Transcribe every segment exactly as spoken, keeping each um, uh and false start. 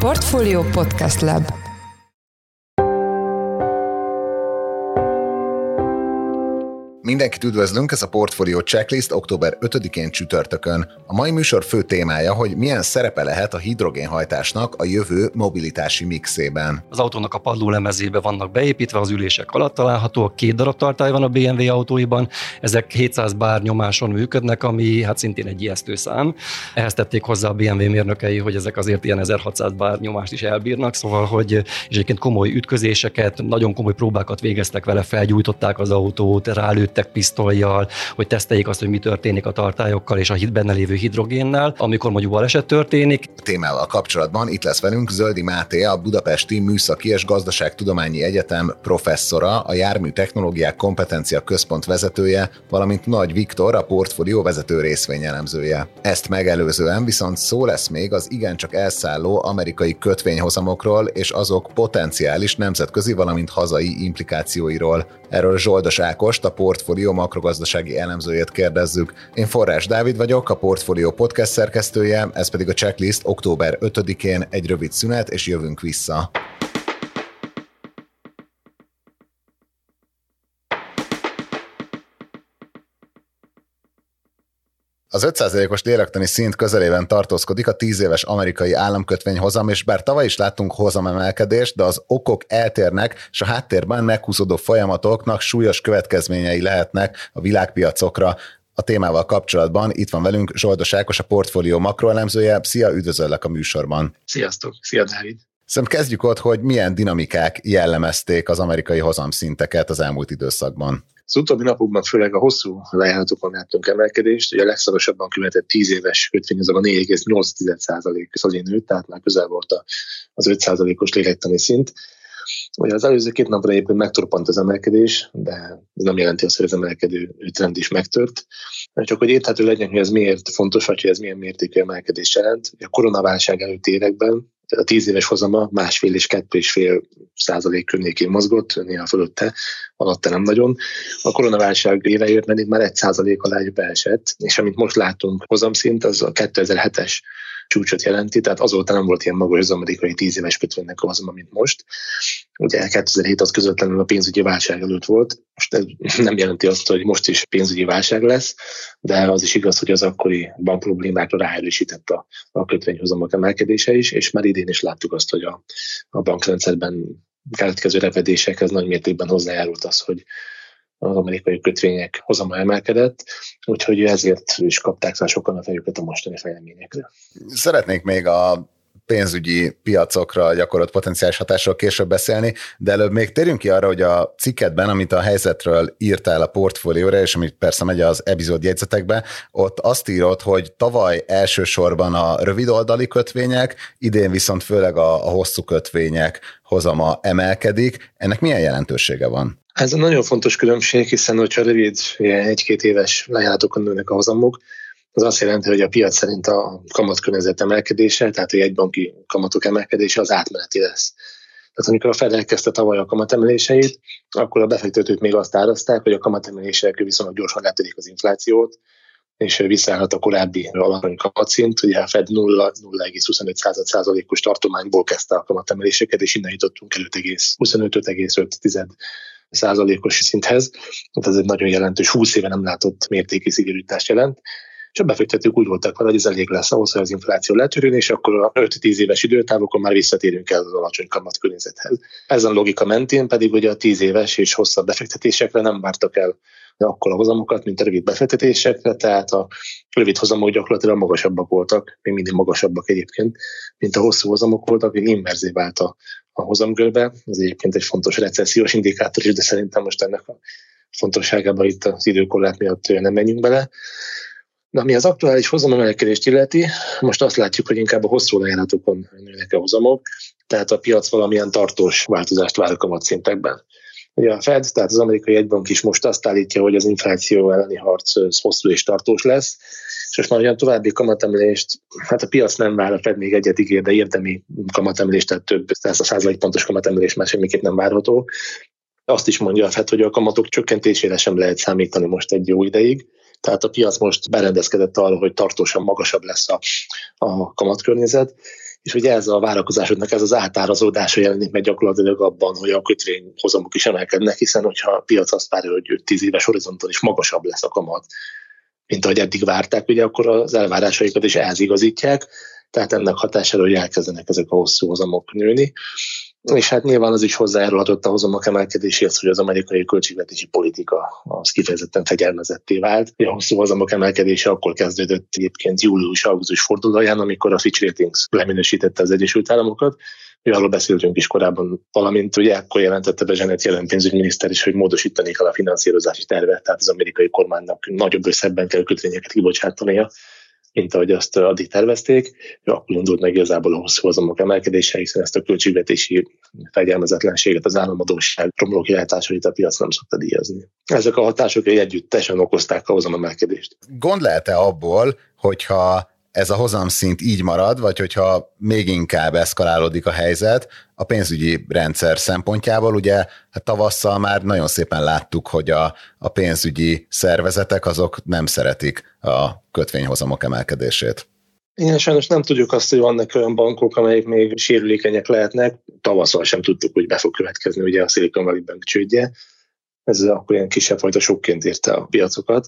Portfolio Podcast Lab. Mindenkit üdvözlünk, ez a Portfolio Checklist október ötödikén csütörtökön. A mai műsor fő témája, hogy milyen szerepe lehet a hidrogénhajtásnak a jövő mobilitási mixében. Az autónak a padlólemezébe vannak beépítve, az ülések alatt találhatóak, két darab tartály van a bé em vé autóiban, ezek hétszáz bár nyomáson működnek, ami hát szintén egy ijesztő szám. Ehhez tették hozzá a bé em vé mérnökei, hogy ezek azért ilyen ezerhatszáz bár nyomást is elbírnak, szóval, hogy és egyébként komoly ütközéseket, nagyon komoly próbákat végeztek vele, felgyújtották az autót, rálőttek pisztollyal, hogy teszteljék azt, hogy mi történik a tartályokkal és a benne lévő hidrogénnel, amikor mondjuk baleset történik. A témával kapcsolatban itt lesz velünk Zöldi Máté, a Budapesti Műszaki és Gazdaságtudományi Egyetem professzora, a Jármű Technológiák Kompetencia Központ vezetője, valamint Nagy Viktor, a Portfolio vezető részvényelemzője. Ezt megelőzően viszont szó lesz még az igencsak elszálló amerikai kötvényhozamokról és azok potenciális nemzetközi, valamint hazai implikációiról. Erről Zsoldos Ákost, a Portfolio makrogazdasági elemzőjét kérdezzük. Én Forrás Dávid vagyok, a Portfolio podcast szerkesztője, ez pedig a checklist október ötödikén, egy rövid szünet, és jövünk vissza. Az öt százalékos lélektani szint közelében tartózkodik a tíz éves amerikai államkötvényhozam, és bár tavaly is láttunk hozamemelkedést, de az okok eltérnek, és a háttérben meghúzódó folyamatoknak súlyos következményei lehetnek a világpiacokra. A témával kapcsolatban itt van velünk Zsoldos Ákos, a Portfolio makroelemzője. Szia, üdvözöllek a műsorban. Sziasztok, szia Dávid. Szerintem kezdjük ott, hogy milyen dinamikák jellemezték az amerikai hozamszinteket az elmúlt időszakban. Az utóbbi napokban főleg a hosszú lejáratokon láttunk emelkedést, ugye a legszorosabban követett tíz éves kötvényhozam a négy egész nyolc százalék fölé nőtt, tehát már közel volt az öt százalékos lélektani szint. Ugye az előző két napra éppen megtorpant az emelkedés, de ez nem jelenti azt, hogy az emelkedő trend is megtört. Csak hogy érthető legyen, hogy ez miért fontos, vagy hogy ez milyen mértékű emelkedés jelent. A koronaválság előtti években a tíz éves hozama másfél és kettő és fél százalék környékén mozgott, néha fölötte, alatta nem nagyon. A koronaválság éve jött, mert itt már egy százalék alá beesett, és amit most látunk hozamszint, az a kétezer-hetes csúcsot jelenti, tehát azóta nem volt ilyen magas az amerikai tíz éves kötvénynek a hozama, mint most. Ugye kétezer-hét az közvetlenül a pénzügyi válság előtt volt. Most ez nem jelenti azt, hogy most is pénzügyi válság lesz, de az is igaz, hogy az akkori bankproblémákra ráerősített a, a kötvényhozamok emelkedése is, és már idén is láttuk azt, hogy a, a bankrendszerben keletkező repedésekhez nagy mértékben hozzájárult az, hogy az amerikai kötvények hozama emelkedett, úgyhogy ezért is kapták rá sokan a fejüket a mostani fejleményekre. Szeretnék még a pénzügyi piacokra gyakorolt potenciális hatásról később beszélni, de előbb még térjünk ki arra, hogy a cikkedben, amit a helyzetről írtál a Portfólióra, és amit persze megy az epizódjegyzetekbe, ott azt írod, hogy tavaly elsősorban a rövidoldali kötvények, idén viszont főleg a, a hosszú kötvények hozama emelkedik. Ennek milyen jelentősége van? Ez egy nagyon fontos különbség, hiszen hogyha rövid, egy-két éves lejáratokon nőnek a hozamok, az azt jelenti, hogy a piac szerint a kamatkörnyezet emelkedése, tehát a jegybanki kamatok emelkedése az átmeneti lesz. Tehát amikor a Fed elkezdte tavaly a kamatemeléseit, akkor a befektetők még azt árazták, hogy a kamatemelések viszonylag gyorsan letörik az inflációt, és visszaállhat a korábbi alacsony kamatszint. Ugye a Fed nulla egész huszonöt százalékos tartományból kezdte a kamatemeléseket, és innen jutottunk el huszonöt egész öt százalékos szinthez. Tehát ez egy nagyon jelentős, húsz éve nem látott mértékű szigorítást jelent. És a befektetők úgy voltak vele, hogy ez elég lesz ahhoz, hogy az infláció letörjön, és akkor a öt-tíz éves időtávokon már visszatérünk el az alacsony kamatkörnyezethez. Ezen a logika mentén pedig ugye a tíz éves és hosszabb befektetésekre nem vártak el akkor a hozamokat, mint a rövid befektetésekre, tehát a rövid hozamok gyakorlatilag magasabbak voltak, még mindig magasabbak egyébként, mint a hosszú hozamok voltak, hogy inverzé vált a, a hozamgörbe. Ez egyébként egy fontos recessziós indikátor is, de szerintem most ennek a fontosságában itt az időkorlát miatt nem menjünk bele. De ami az aktuális hozamemelkedést illeti, most azt látjuk, hogy inkább a hosszú lejáratokon nőnek a hozamok, tehát a piac valamilyen tartós változást vár a kamatszintekben. Ugye a Fed, tehát az amerikai jegybank is most azt állítja, hogy az infláció elleni harc hosszú és tartós lesz, és most már olyan további kamatemelést, hát a piac nem vár, a Fed még egyet ígér, de érdemi kamatemelést, tehát több száz százalék pontos kamatemelés már semmiképp nem várható. Azt is mondja a Fed, hogy a kamatok csökkentésére sem lehet számítani most egy jó ideig, Tehát a piac most berendezkedett arra, hogy tartósan magasabb lesz a, a kamatkörnyezet, és ugye ez a várakozásodnak ez az átárazódása jelenik meg gyakorlatilag abban, hogy a kötvényhozamok is emelkednek, hiszen hogyha a piac azt várja, hogy tíz éves horizonton is magasabb lesz a kamat, mint ahogy eddig várták, ugye akkor az elvárásaikat is ehhez igazítják, tehát ennek hatására, hogy elkezdenek ezek a hosszú hozamok nőni. És hát nyilván az is hozzájárulhatott a hozamok emelkedéséhez, hogy az amerikai költségvetési politika az kifejezetten fegyelmezetté vált. A hosszú hozamok emelkedése akkor kezdődött egyébként július-augusztus fordulóján, amikor a Fitch Ratings leminősítette az Egyesült Államokat. Mi arról beszéltünk is korábban, valamint ugye akkor jelentette be Janet Yellen pénzügyminiszter is, hogy módosítani kell a finanszírozási tervet, tehát az amerikai kormánynak nagyobb összegben kell kötvényeket kibocsátania, mint ahogy azt addig tervezték. Akkor indult meg igazából a hosszú hozamok emelkedése, hiszen ezt a költségvetési fegyelmezetlenséget, az államadósság romló kilátásait a piac nem szokta díjazni. Ezek a hatások együttesen okozták a hozamemelkedést. Gond lehet-e abból, hogyha ez a hozamszint így marad, vagy hogyha még inkább eszkalálódik a helyzet a pénzügyi rendszer szempontjából? Ugye hát tavasszal már nagyon szépen láttuk, hogy a, a pénzügyi szervezetek azok nem szeretik a kötvényhozamok emelkedését. Igen, sajnos nem tudjuk azt, hogy vannak olyan bankok, amelyek még sérülékenyek lehetnek. Tavasszal sem tudtuk, hogy be fog következni ugye a Silicon Valley Bank csődje. Ez akkor ilyen kisebb fajta sokként érte a piacokat.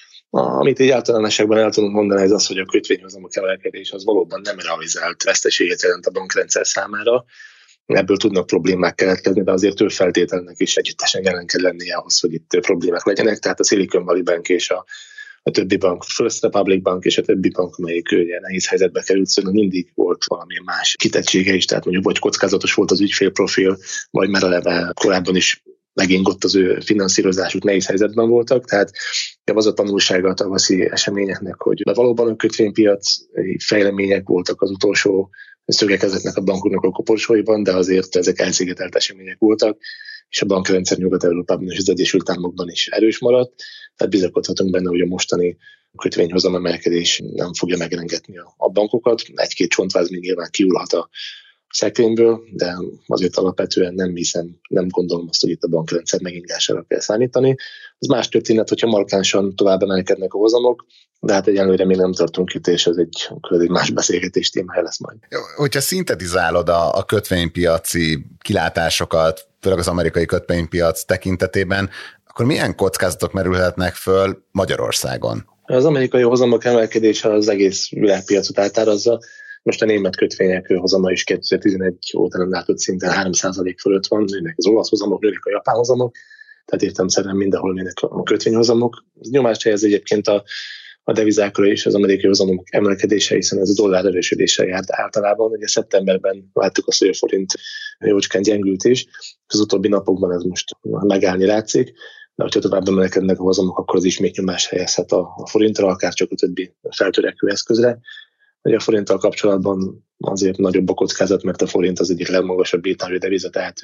Amit így általánosságban el tudunk mondani, ez az, hogy a kötvényhozamok emelkedés az valóban nem realizált veszteséget jelent a bankrendszer számára. Ebből tudnak problémák keletkezni, de azért több feltételnek is együttesen jelen kell lennie ahhoz, hogy itt problémák legyenek. Tehát a Silicon Valley Bank és a, a többi bank, First Republic Bank és a többi bank, amelyik ugye nehéz helyzetbe került, szóval mindig volt valamilyen más kitettsége is, tehát mondjuk vagy kockázatos volt az ügyfélprofil, vagy már eleve korábban is megingott az ő finanszírozásuk, nehéz helyzetben voltak, tehát az a tanulsága a tavaszi eseményeknek, hogy valóban a kötvénypiac fejlemények voltak az utolsó szögek ezeknek a bankoknak a koporsóiban, de azért ezek elszigetelt események voltak, és a bankrendszer Nyugat-Európában és az Egyesült Államokban is erős maradt, tehát bizakodhatunk benne, hogy a mostani kötvényhozam emelkedés nem fogja megrengetni a bankokat. Egy-két csontváz még nyilván kiúlhat a szekrényből, de azért alapvetően nem hiszem, nem gondolom azt, hogy itt a bankrendszer megingására kell számítani. Az más történet, hogyha markánsan tovább emelkednek a hozamok, de hát egyelőre még nem tartunk itt, és ez egy, egy más beszélgetés témája lesz majd. Jó, hogyha szintetizálod a, a kötvénypiaci kilátásokat, főleg az amerikai kötvénypiac tekintetében, akkor milyen kockázatok merülhetnek föl Magyarországon? Az amerikai hozamok emelkedése az egész világpiacot átárazza. Most a német kötvények hozama is kétezer-tizenegy óta nem látott szinten három százalék fölött van, nőnek az olasz hozamok, nőnek a japán hozamok, tehát értelemszerűen mindenhol nőnek a kötvényhozamok. Ez nyomást helyez egyébként a, a devizákra is az amerikai hozamok emelkedése, hiszen ez a dollár erősödéssel járt általában. Ugye szeptemberben láttuk azt, hogy a forint jócskán gyengült is, az utóbbi napokban ez most megállni látszik, de hogyha tovább emelkednek a hozamok, akkor az is még nyomást helyezhet a, a forintra, akár csak a többi feltörekvő eszközre. Hogy a forinttal kapcsolatban azért nagyobb a kockázat, mert a forint az egyik legmagasabb értelmű deviza, tehát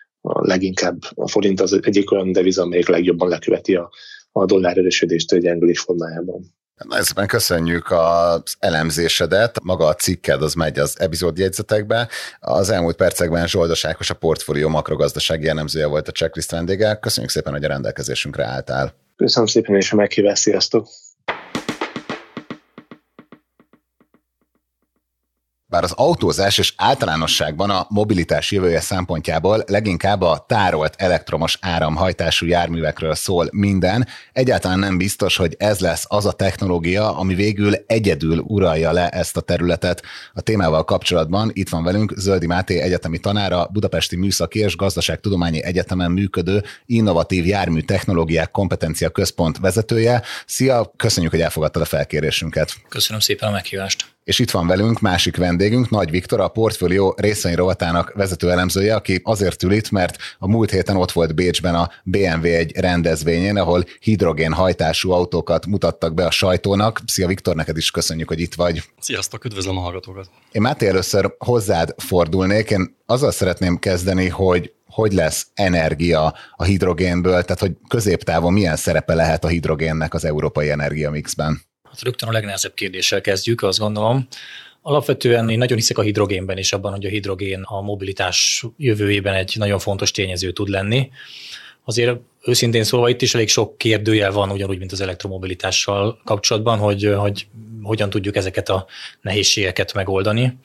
a leginkább a forint az egyik olyan deviza, amelyik legjobban leköveti a, a dollár erősödést a gyengülés formájában. Nagyon szépen köszönjük az elemzésedet, maga a cikked az megy az epizódjegyzetekbe. Az elmúlt percekben Zsoldos Ákos, a portfólió makrogazdasági elemzője volt a Checklist vendége. Köszönjük szépen, hogy a rendelkezésünkre álltál. Köszönöm szépen, és a meghívást, sziasztok! Bár az autózás és általánosságban a mobilitás jövője szempontjából leginkább a tárolt elektromos áramhajtású járművekről szól minden, egyáltalán nem biztos, hogy ez lesz az a technológia, ami végül egyedül uralja le ezt a területet. A témával kapcsolatban itt van velünk Zöldi Máté egyetemi tanára, Budapesti Műszaki és Gazdaságtudományi Egyetemen működő Innovatív Jármű Technológiák Kompetencia Központ vezetője. Szia, köszönjük, hogy elfogadtad a felkérésünket. Köszönöm szépen a meghívást. És itt van velünk másik vendégünk, Nagy Viktor, a portfólió részvény rovatának vezető elemzője, aki azért ül itt, mert a múlt héten ott volt Bécsben a bé em vé egy rendezvényén, ahol hidrogénhajtású autókat mutattak be a sajtónak. Szia Viktor, neked is köszönjük, hogy itt vagy. Sziasztok, üdvözlöm a hallgatókat. Én Máté, először hozzád fordulnék. Én azzal szeretném kezdeni, hogy hogy lesz energia a hidrogénből, tehát hogy középtávon milyen szerepe lehet a hidrogénnek az európai energiamixben? Hát rögtön a legnehezebb kérdéssel kezdjük, azt gondolom. Alapvetően én nagyon hiszek a hidrogénben és abban, hogy a hidrogén a mobilitás jövőjében egy nagyon fontos tényező tud lenni. Azért őszintén szólva itt is elég sok kérdőjel van, ugyanúgy, mint az elektromobilitással kapcsolatban, hogy, hogy hogyan tudjuk ezeket a nehézségeket megoldani.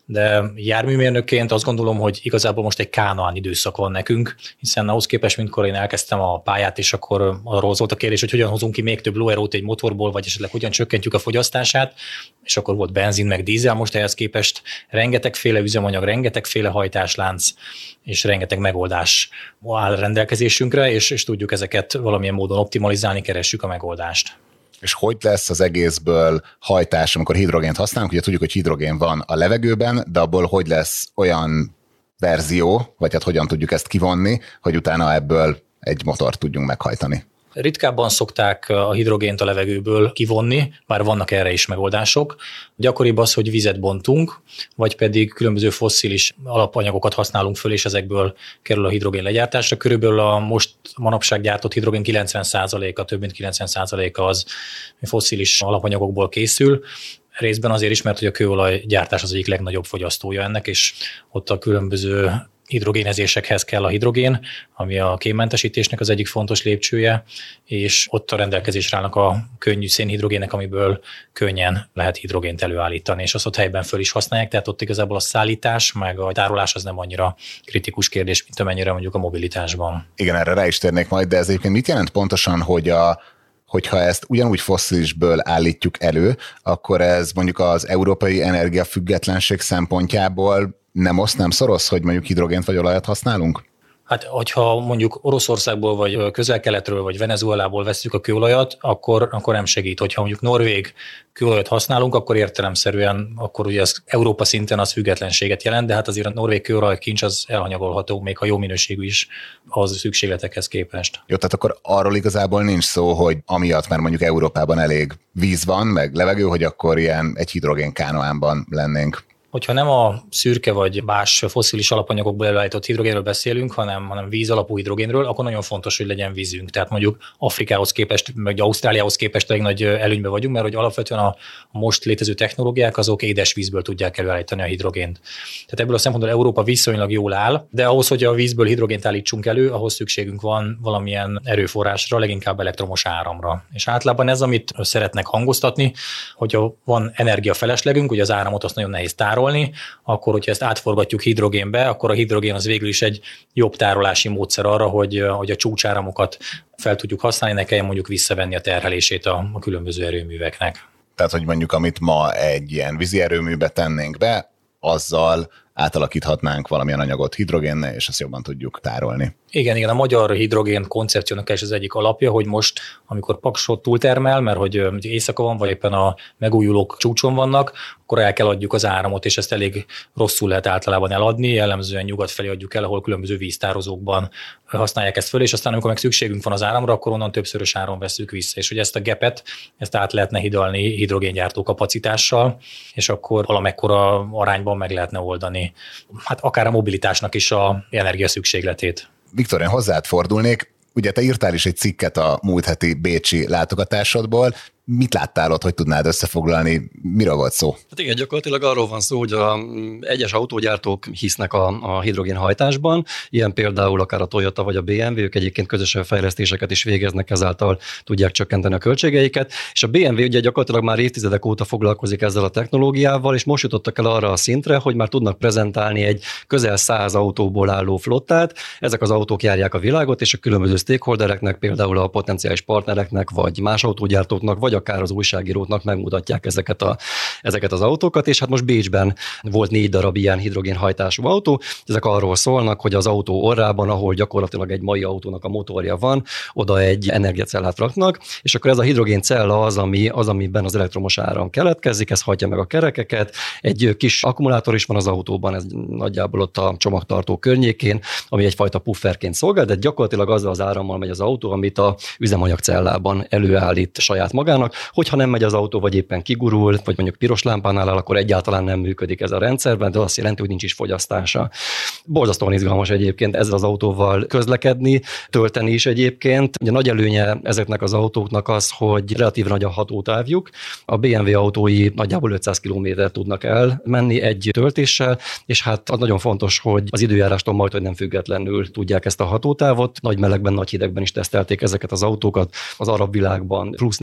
de járműmérnökként azt gondolom, hogy igazából most egy kánoán időszak van nekünk, hiszen ahhoz képest, mintkor én elkezdtem a pályát, és akkor arról volt a kérdés, hogy hogyan hozunk ki még több lóerót egy motorból, vagy esetleg hogyan csökkentjük a fogyasztását, és akkor volt benzin meg dízel, most ehhez képest rengetegféle üzemanyag, rengetegféle hajtáslánc, és rengeteg megoldás áll rendelkezésünkre, és, és tudjuk ezeket valamilyen módon optimalizálni, keressük a megoldást. És hogy lesz az egészből hajtás, amikor hidrogént használunk? Ugye tudjuk, hogy hidrogén van a levegőben, de abból hogy lesz olyan verzió, vagy hát hogyan tudjuk ezt kivonni, hogy utána ebből egy motort tudjunk meghajtani? Ritkábban szokták a hidrogént a levegőből kivonni, bár vannak erre is megoldások. Gyakoribb az, hogy vizet bontunk, vagy pedig különböző fosszilis alapanyagokat használunk föl, és ezekből kerül a hidrogén legyártásra. Körülbelül a most manapság gyártott hidrogén kilencven százaléka, több mint kilencven százaléka az fosszilis alapanyagokból készül. Részben azért is, mert hogy a kőolaj gyártás az egyik legnagyobb fogyasztója ennek, és ott a különböző hidrogénezésekhez kell a hidrogén, ami a kémmentesítésnek az egyik fontos lépcsője, és ott a rendelkezésre állnak a könnyű szénhidrogének, amiből könnyen lehet hidrogént előállítani, és azt ott helyben föl is használják, tehát ott igazából a szállítás, meg a tárolás az nem annyira kritikus kérdés, mint amennyire mondjuk a mobilitásban. Igen, erre rá is térnék majd, de ez egyébként mit jelent pontosan, hogy a hogyha ezt ugyanúgy fosszilisből állítjuk elő, akkor ez mondjuk az európai energiafüggetlenség szempontjából nem oszt, nem szoros, hogy mondjuk hidrogént vagy olajat használunk? Hát, hogyha mondjuk Oroszországból, vagy Közel-Keletről, vagy Venezuelából vesszük a kőolajat, akkor, akkor nem segít. Hogyha mondjuk norvég kőolajat használunk, akkor értelemszerűen, akkor ugye az Európa szinten az függetlenséget jelent, de hát azért a norvég kőolaj kincs az elhanyagolható, még ha jó minőségű is az szükségletekhez képest. Jó, tehát akkor arról igazából nincs szó, hogy amiatt, mert mondjuk Európában elég víz van, meg levegő, hogy akkor ilyen egy hidrogén kánoánban lennénk. Hogyha nem a szürke vagy más fosszilis alapanyagokból előállított hidrogénről beszélünk, hanem, hanem víz alapú hidrogénről, akkor nagyon fontos, hogy legyen vízünk. Tehát mondjuk Afrikához képest, meg Ausztráliához képest elég nagy előnybe vagyunk, mert hogy alapvetően a most létező technológiák azok édesvízből tudják előállítani a hidrogént. Tehát ebből a szempontból Európa viszonylag jól áll, de ahhoz, hogy a vízből hidrogént állítsunk elő, ahhoz szükségünk van valamilyen erőforrásra, leginkább elektromos áramra. És általában ez, amit szeretnek hangoztatni, hogyha van energiafeleslegünk, ugye az áramot azt nagyon nehéz tárolni, akkor, hogyha ezt átforgatjuk hidrogénbe, akkor a hidrogén az végül is egy jobb tárolási módszer arra, hogy, hogy a csúcsáramokat fel tudjuk használni, ne kelljen mondjuk visszavenni a terhelését a, a különböző erőműveknek. Tehát, hogy mondjuk amit ma egy ilyen vízi erőműbe tennénk be, azzal átalakíthatnánk valamilyen anyagot hidrogénne, és ezt jobban tudjuk tárolni. Igen, igen, a magyar hidrogén koncepciónak is az egyik alapja, hogy most, amikor Paksot túltermel, mert hogy éjszaka van, vagy éppen a megújulók csúcson vannak, akkor el kell adjuk az áramot, és ezt elég rosszul lehet általában eladni, jellemzően nyugat felé adjuk el, ahol különböző víztározókban használják ezt föl, és aztán amikor meg szükségünk van az áramra, akkor onnan többszörös áron veszük vissza. És hogy ezt a gapet, ezt át lehetne hidalni hidrogéngyártó kapacitással, és akkor valamekkora arányban meg lehetne oldani, hát akár a mobilitásnak is a energia szükségletét. Viktor, én hozzád fordulnék. Ugye te írtál is egy cikket a múlt heti bécsi látogatásodból. Mit láttál ott, hogy tudnád összefoglalni? Miről volt szó? Hát igen, gyakorlatilag arról van szó, hogy a egyes autógyártók hisznek a, a hidrogénhajtásban, ilyen például akár a Toyota vagy a bé em vé, ők egyébként közösen fejlesztéseket is végeznek, ezáltal tudják csökkenteni a költségeiket, és a bé em vé ugye gyakorlatilag már évtizedek óta foglalkozik ezzel a technológiával, és most jutottak el arra a szintre, hogy már tudnak prezentálni egy közel száz autóból álló flottát. Ezek az autók járják a világot, és a különböző stakeholdereknek, például a potenciális partnereknek, vagy más autógyártóknak, vagy akár az újságíróknak megmutatják ezeket, a, ezeket az autókat, és hát most Bécsben volt négy darab ilyen hidrogénhajtású autó. Ezek arról szólnak, hogy az autó orrában, ahol gyakorlatilag egy mai autónak a motorja van, oda egy energiacellát raknak, és akkor ez a hidrogéncella az, ami, az, amiben az elektromos áram keletkezik, ez hajtja meg a kerekeket. Egy kis akkumulátor is van az autóban, ez nagyjából ott a csomagtartó környékén, ami egyfajta pufferként szolgál, de gyakorlatilag azzal az árammal megy az autó, amit a üzemanyagcellában előállít saját magának. Hogyha nem megy az autó, vagy éppen kigurul, vagy mondjuk piros lámpánál áll, akkor egyáltalán nem működik ez a rendszerben, de azt jelenti, hogy nincs is fogyasztása. Borzasztóan izgalmas egyébként ezzel az autóval közlekedni, tölteni is egyébként. Ugye nagy előnye ezeknek az autóknak az, hogy relatív nagy a hatótávjuk. A bé em vé autói nagyjából ötszáz kilométert tudnak elmenni egy töltéssel, és hát az nagyon fontos, hogy az időjárástól majd, hogy nem függetlenül tudják ezt a hatótávot. Nagy melegben, nagy hidegben is tesztelték ezeket az autókat. Az arab világban plusz negyven fok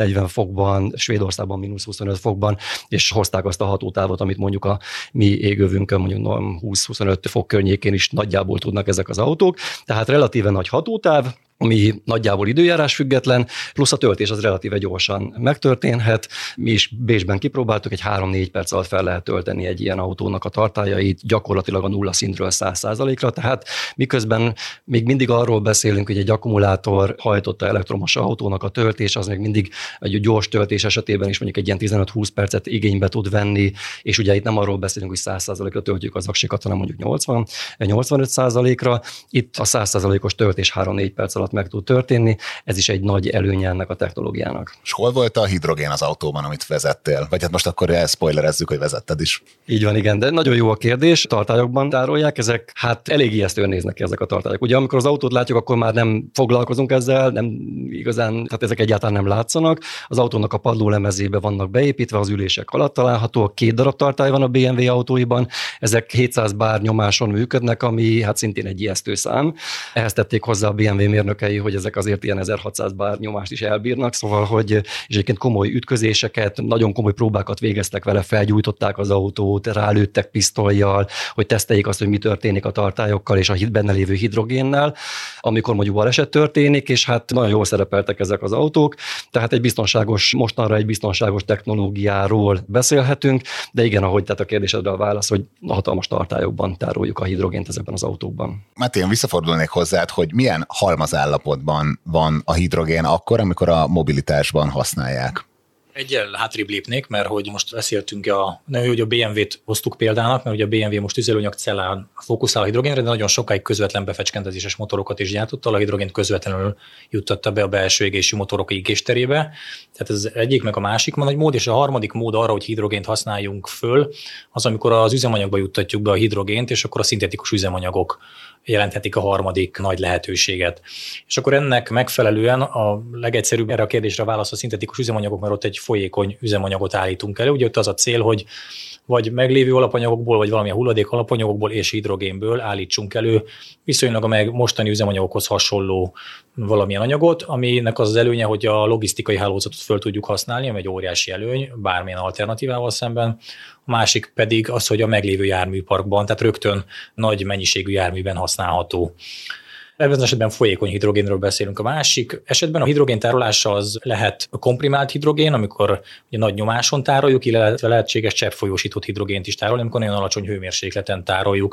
fokban, Svédországban mínusz huszonöt fokban, és hozták azt a hatótávot, amit mondjuk a mi égövünkön mondjuk húsz-huszonöt fok környékén is nagyjából tudnak ezek az autók. Tehát relatíve nagy hatótáv, ami nagyjából időjárás független, plusz a töltés az relatíve gyorsan megtörténhet. Mi is Bécsben kipróbáltuk, egy három-négy perc alatt fel lehet tölteni egy ilyen autónak a tartályait, gyakorlatilag a nulla szintről száz százalékra, tehát miközben még mindig arról beszélünk, hogy egy akkumulátor hajtotta elektromos autónak a töltés, az még mindig egy gyors töltés esetében is mondjuk egy ilyen tizenöt-húsz percet igénybe tud venni, és ugye itt nem arról beszélünk, hogy száz százalékra töltjük az aksikat, hanem mondjuk nyolcvan-nyolcvanöt százalékra. Itt a száz százalékos töltés három-négy perc alatt meg tud történni, ez is egy nagy előnye ennek a technológiának. És hol volt a hidrogén az autóban, amit vezettél? Vagy hát most akkor spoilerezzük, hogy vezetted is. Így van, igen, de nagyon jó a kérdés. Tartályokban tárolják, ezek hát elég ijesztően néznek ki ezek a tartályok. Ugye amikor az autót látjuk, akkor már nem foglalkozunk ezzel, nem igazán, tehát ezek egyáltalán nem látszanak. Az autónak a padlólemezébe vannak beépítve, az ülések alatt találhatóak. Két darab tartály van a bé em vé autóiban, ezek hétszáz bár nyomáson működnek, ami hát szintén egy ijesztő szám. Ehhez tették hozzá a bé em vé mérnökei, hogy ezek azért ilyen ezerhatszáz bár nyomást is elbírnak, szóval, hogy és egyébként komoly ütközéseket, nagyon komoly próbákat végeztek vele, felgyújtották az autót, rálőttek pisztollyal, hogy teszteljék azt, hogy mi történik a tartályokkal és a benne lévő hidrogénnel, amikor mondjuk baleset történik, és hát nagyon jól szerepeltek ezek az autók, tehát egy biztonságos, mostanra egy biztonságos technológiáról beszélhetünk, de igen, ahogy tehát a kérdésedre a válasz, hogy hatalmas tartályokban tároljuk a hidrogént ezekben az autókban. Máté, én visszafordulnék hozzád, hogy milyen halmazállapotban van a hidrogén akkor, amikor a mobilitásban használják? Egyel hátrébb lépnék, mert hogy most beszéltünk, a, nem, hogy a bé em vét hoztuk példának, mert ugye a bé em vé most tüzelőanyagcellán fókuszál a hidrogénre, de nagyon sokáig közvetlen befecskendezéses motorokat is gyártott, a hidrogént közvetlenül juttatta be a belső égésű motorok égésterébe. Tehát ez egyik, meg a másik nagy mód, és a harmadik mód arra, hogy hidrogént használjunk föl, az amikor az üzemanyagba juttatjuk be a hidrogént, és akkor a szintetikus üzemanyagok jelenthetik a harmadik nagy lehetőséget. És akkor ennek megfelelően a legegyszerűbb erre a kérdésre válasz a szintetikus üzemanyagok, mert ott egy folyékony üzemanyagot állítunk elő. Ugye ott az a cél, hogy vagy meglévő alapanyagokból, vagy valamilyen hulladék alapanyagokból és hidrogénből állítsunk elő viszonylag a meg mostani üzemanyagokhoz hasonló valamilyen anyagot, aminek az az előnye, hogy a logisztikai hálózatot föl tudjuk használni, ami egy óriási előny, bármilyen alternatívával szemben. A másik pedig az, hogy a meglévő járműparkban, tehát rögtön nagy mennyiségű járműben használható. Ebben az esetben folyékony hidrogénről beszélünk. A másik esetben a hidrogén tárolása az lehet komprimált hidrogén, amikor ugye nagy nyomáson tároljuk, illetve lehetséges cseppfolyósított hidrogént is tárolni, amikor nagyon alacsony hőmérsékleten tároljuk.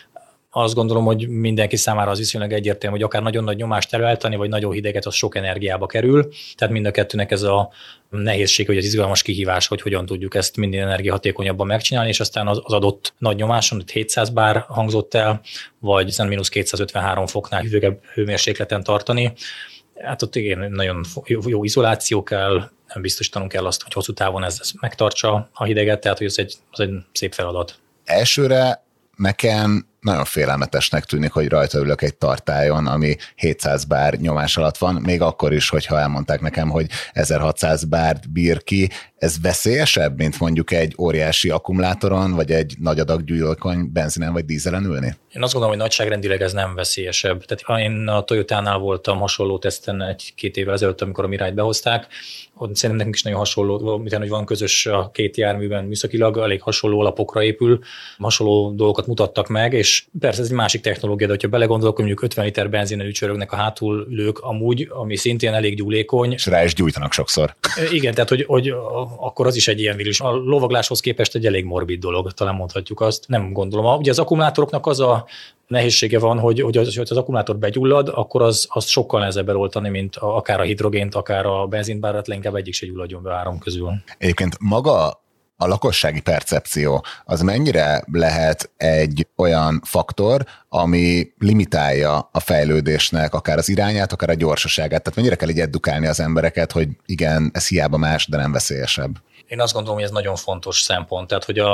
Azt gondolom, hogy mindenki számára az viszonylag egyértelmű, hogy akár nagyon nagy nyomást előállítani, vagy nagyon hideget, az sok energiába kerül. Tehát mind a kettőnek ez a nehézség, hogy az izgalmas kihívás, hogy hogyan tudjuk ezt minden energiahatékonyabban megcsinálni, és aztán az adott nagy nyomáson, hogy hétszáz bár hangzott el, vagy mínusz kétszázötvenhárom foknál hűvögebb hőmérsékleten tartani. Hát ott igen, nagyon jó izoláció kell, nem biztosítanunk kell azt, hogy hosszú távon ez, ez megtartsa a hideget, tehát hogy ez egy, az egy szép feladat. Elsőre nekem nagyon félelmetesnek tűnik, hogy rajta ülök egy tartályon, ami hétszáz bár nyomás alatt van, még akkor is, hogyha elmondták nekem, hogy ezerhatszáz bárt bír ki. Ez veszélyesebb, mint mondjuk egy óriási akkumulátoron, vagy egy nagy adag gyújlékony benzinen vagy dízelen ülni? Én azt gondolom, hogy nagyságrendileg ez nem veszélyesebb. Tehát én a Toyotánál voltam hasonló teszten egy-két évvel ezelőtt, amikor a Mirai-t behozták. Ott szerintem nekünk is nagyon hasonló, miután hogy van közös a két járműben műszakilag, elég hasonló alapokra épül, hasonló dolgokat mutattak meg, és persze ez egy másik technológia, de hogyha belegondolok, hogy mondjuk ötven liter benzinnel ücsörögnek a hátulülők amúgy, ami szintén elég gyúlékony. És rá is gyújtanak sokszor. Igen, tehát hogy, hogy akkor az is egy ilyen vírus. A lovagláshoz képest egy elég morbid dolog, talán mondhatjuk azt. Nem gondolom. Ugye az akkumulátoroknak az a nehézsége van, hogy, hogy az, hogy az akkumulátor begyullad, akkor az, az sokkal nehezebb eloltani, mint a, akár a hidrogént, akár a benzint, bár inkább egyik se gyulladjon be három közül. Egyébként maga a lakossági percepció, az mennyire lehet egy olyan faktor, ami limitálja a fejlődésnek akár az irányát, akár a gyorsaságát? Tehát mennyire kell így edukálni az embereket, hogy igen, ez hiába más, de nem veszélyesebb? Én azt gondolom, hogy ez nagyon fontos szempont. Tehát, hogy a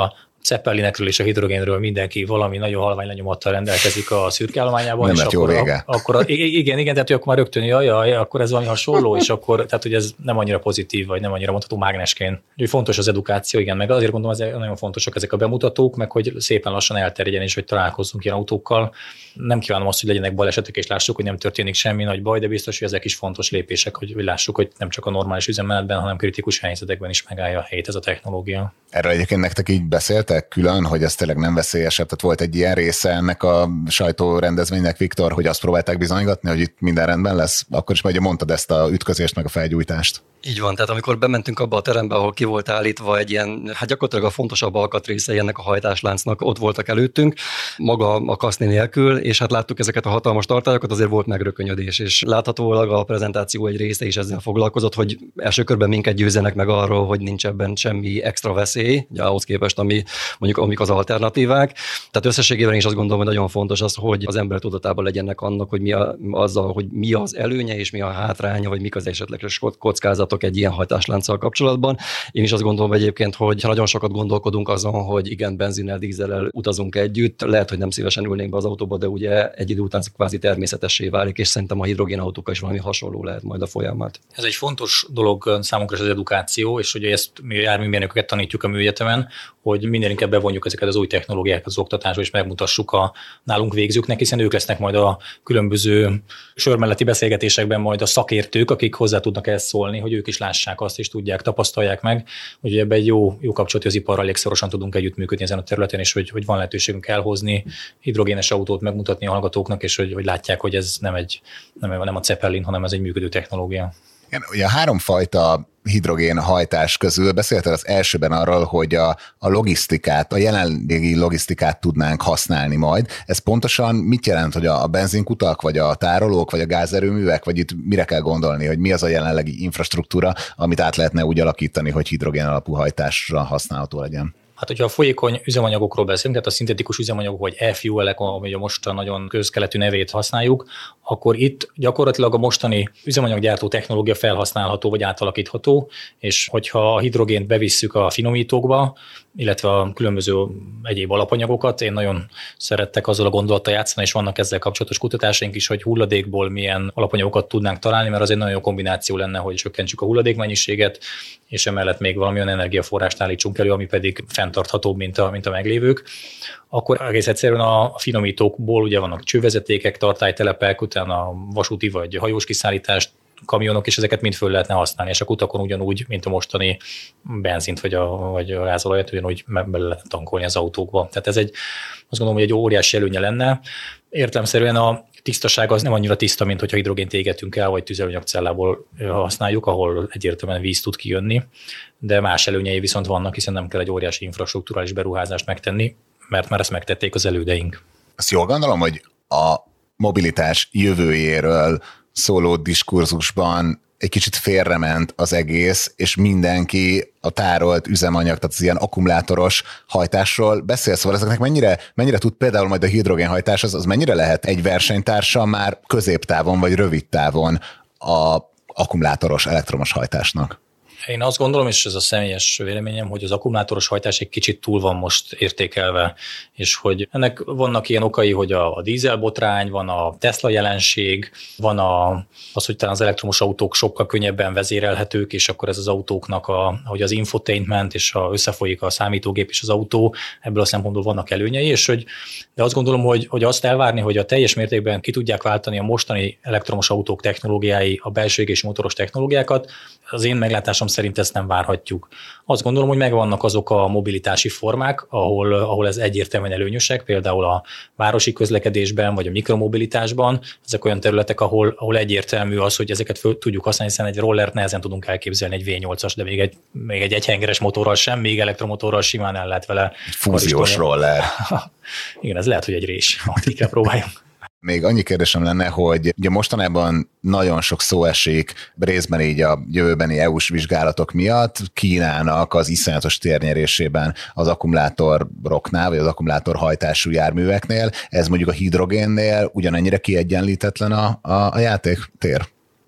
Zeppelinekről és a hidrogénről mindenki valami nagyon halvány lenyomattal rendelkezik a szürkeállományában. Nem és lett jó akkor, vége. A, akkor a, igen, igen, tehát akkor már rögtön, jaj, jaj, akkor ez valami hasonló, és akkor, tehát hogy ez nem annyira pozitív, vagy nem annyira mondható mágnesként. Úgyhogy fontos az edukáció, igen, meg azért gondolom, ezek nagyon fontosak ezek a bemutatók, meg hogy szépen lassan elterjedjen, és hogy találkozzunk ilyen autókkal. Nem kívánom azt, hogy legyenek balesetek, és lássuk, hogy nem történik semmi nagy baj, de biztos, hogy ezek is fontos lépések, hogy, hogy lássuk, hogy nem csak a normális üzemmenetben, hanem kritikus helyzetekben is megállja a helyét ez a technológia. Erről egyébként nektek így beszéltek külön, hogy ez tényleg nem veszélyesebb? Tehát volt egy ilyen része ennek a sajtórendezvénynek, Viktor, hogy azt próbálták bizonygatni, hogy itt minden rendben lesz? Akkor is majd mondtad ezt a ütközést, meg a felgyújtást. Így van, tehát amikor bementünk abba a terembe, ahol ki volt állítva egy ilyen, hát gyakorlatilag a fontosabb alkatrészei ennek a hajtásláncnak ott voltak előttünk, maga a kaszni nélkül, és hát láttuk ezeket a hatalmas tartályokat, azért volt megrökönyödés, és láthatólag a prezentáció egy része is ezzel foglalkozott, hogy első körben minket győzzenek meg arról, hogy nincs ebben semmi extra veszély, ugye ahhoz képest, ami mondjuk amik az alternatívák. Tehát összességében is azt gondolom, hogy nagyon fontos az, hogy az ember tudatában legyenek annak, hogy mi a, azzal, hogy mi az előnye és mi a hátránya, vagy mik az esetleges kockázatok egy ilyen hajtáslánccal kapcsolatban. Én is azt gondolom egyébként, hogy ha nagyon sokat gondolkodunk azon, hogy igen, benzinnel, dízellel utazunk együtt, lehet, hogy nem szívesen ülnénk be az autóba, de ugye egy idő után kvázi természetessé válik, és szerintem a hidrogénautókkal is valami hasonló lehet majd a folyamat. Ez egy fontos dolog számunkra az edukáció, és ugye ezt mi járműmérnököket tanítjuk a műegyetemen, hogy minél inkább bevonjuk ezeket az új technológiákat az oktatásba, és megmutassuk a nálunk végzőknek, hiszen ők lesznek majd a különböző sörmelleti beszélgetésekben majd a szakértők, akik hozzá tudnak ezt szólni, hogy ők is lássák azt, és tudják, tapasztalják meg, hogy ebben egy jó, jó kapcsolati az iparral elég szorosan tudunk együttműködni ezen a területen, és hogy, hogy van lehetőségünk elhozni hidrogénes autót, megmutatni a hallgatóknak, és hogy, hogy látják, hogy ez nem, egy, nem, nem a Zeppelin, hanem ez egy működő technológia. Igen, ugye a háromfajta hidrogén hajtás közül beszéltél az elsőben arról, hogy a, a logisztikát, a jelenlegi logisztikát tudnánk használni majd. Ez pontosan mit jelent, hogy a, a benzinkutak, vagy a tárolók, vagy a gázerőművek, vagy itt mire kell gondolni, hogy mi az a jelenlegi infrastruktúra, amit át lehetne úgy alakítani, hogy hidrogén alapú hajtásra használható legyen? Hát, hogyha a folyékony üzemanyagokról beszélünk, tehát a szintetikus üzemanyagok, vagy e-fuelek, ami a most a nagyon közkeletű nevét használjuk, akkor itt gyakorlatilag a mostani üzemanyaggyártó technológia felhasználható, vagy átalakítható, és hogyha a hidrogént bevisszük a finomítókba, illetve a különböző egyéb alapanyagokat, én nagyon szerettek azzal a gondolattal játszani, és vannak ezzel kapcsolatos kutatásaink is, hogy hulladékból milyen alapanyagokat tudnánk találni, mert az egy nagyon jó kombináció lenne, hogy csökkentsük a hulladékmennyiséget, és emellett még valamilyen energiaforrást állítsunk elő, ami pedig fenntarthatóbb, mint a, mint a meglévők. Akkor egész egyszerűen a finomítókból ugye vannak csővezetékek, tartálytelepek, utána vasúti vagy hajós kiszállítást, kamionok, és ezeket mind föl lehetne használni, és a kutakon ugyanúgy, mint a mostani benzint vagy a, vagy a gázolajat, ugyanúgy bele lehet tankolni az autókba. Tehát ez egy, azt gondolom, hogy egy óriási előnye lenne. Értelemszerűen a tisztaság az nem annyira tiszta, mint hogyha hidrogént égetünk el, vagy tüzelőanyagcellából használjuk, ahol egyértelműen víz tud kijönni, de más előnyei viszont vannak, hiszen nem kell egy óriási infrastrukturális beruházást megtenni, mert már ezt megtették az elődeink. Azt jól gondolom, hogy a mobilitás jövőjéről szóló diskurzusban egy kicsit félrement az egész, és mindenki a tárolt üzemanyag, tehát az ilyen akkumulátoros hajtásról beszél, szóval ezeknek mennyire, mennyire tud például majd a hidrogénhajtás, az, az mennyire lehet egy versenytársa már középtávon vagy rövid távon a akkumulátoros elektromos hajtásnak? Én azt gondolom, és ez a személyes véleményem, hogy az akkumulátoros hajtás egy kicsit túl van most értékelve, és hogy ennek vannak ilyen okai, hogy a, a dízelbotrány, van a Tesla jelenség, van a, az, hogy talán az elektromos autók sokkal könnyebben vezérelhetők, és akkor ez az autóknak, a, hogy az infotainment, és a, összefolyik a számítógép és az autó, ebből a szempontból vannak előnyei, és hogy, de azt gondolom, hogy, hogy azt elvárni, hogy a teljes mértékben ki tudják váltani a mostani elektromos autók technológiái, a belső égésű motoros technológiákat, az én meglátásom szerint ezt nem várhatjuk. Azt gondolom, hogy megvannak azok a mobilitási formák, ahol, ahol ez egyértelműen előnyösek, például a városi közlekedésben, vagy a mikromobilitásban. Ezek olyan területek, ahol, ahol egyértelmű az, hogy ezeket föl tudjuk használni, hiszen egy rollert nehezen tudunk elképzelni, egy vé nyolcas, de még egy, még egy egyhengeres motorral sem, még elektromotorral simán el lehet vele. Egy fúziós roller. Igen, ez lehet, hogy egy rés, amit kell próbáljunk. Még annyi kérdésem lenne, hogy ugye mostanában nagyon sok szó esik, részben így a jövőbeni é u-s vizsgálatok miatt Kínának az iszonyatos térnyerésében az akkumulátoroknál, vagy az akkumulátorhajtású járműveknél. Ez mondjuk a hidrogénnél ugyanennyire kiegyenlítetlen a, a, a játéktér?